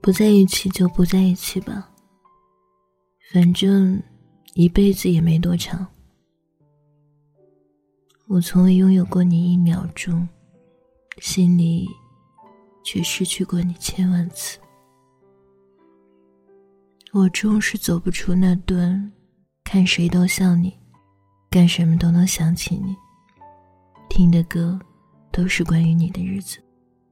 不在一起就不在一起吧，反正一辈子也没多长。我从未拥有过你1秒钟，心里却失去过你1000万次。我终是走不出那段看谁都像你，干什么都能想起你，听的歌都是关于你的日子。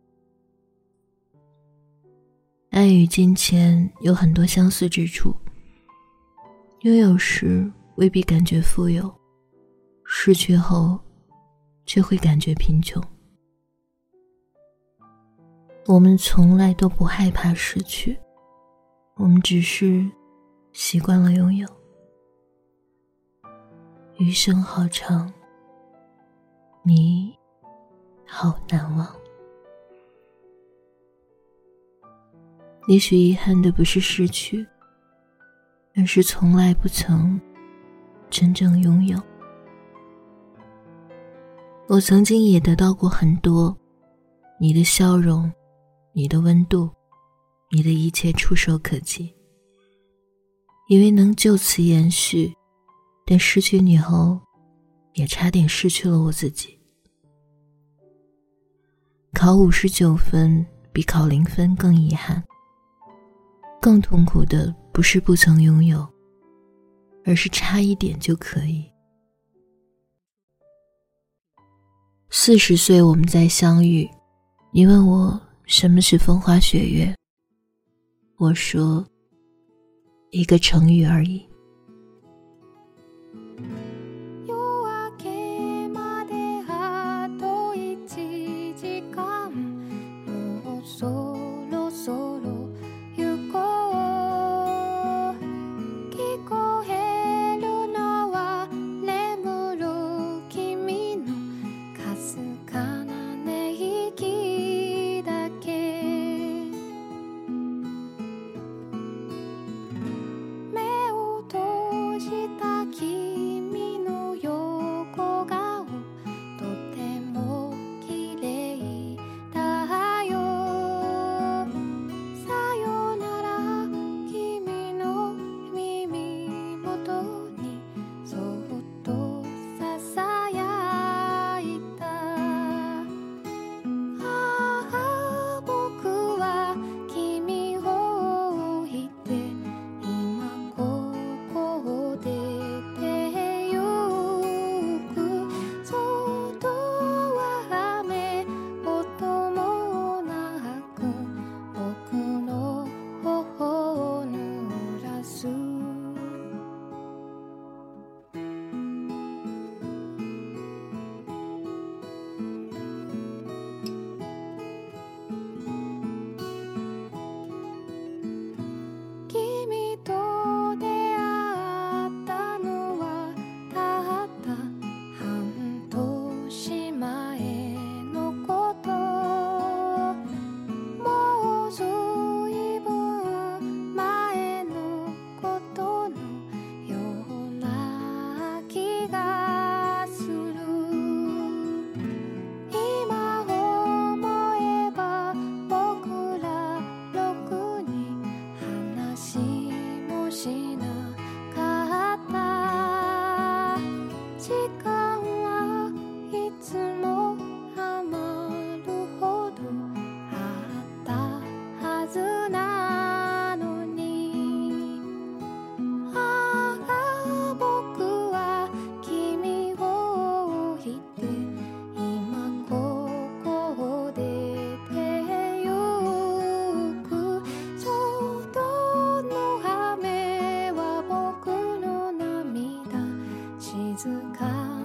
爱与金钱有很多相似之处，拥有时未必感觉富有，失去后却会感觉贫穷。我们从来都不害怕失去，我们只是习惯了拥有。余生好长，你好难忘。也许遗憾的不是失去，而是从来不曾真正拥有。我曾经也得到过很多，你的笑容，你的温度，你的一切触手可及，以为能就此延续，但失去你后，也差点失去了我自己。考59分比考0分更遗憾，更痛苦的不是不曾拥有，而是差一点就可以。40岁我们再相遇，你问我什么是风花雪月，我说一个成语而已。 静か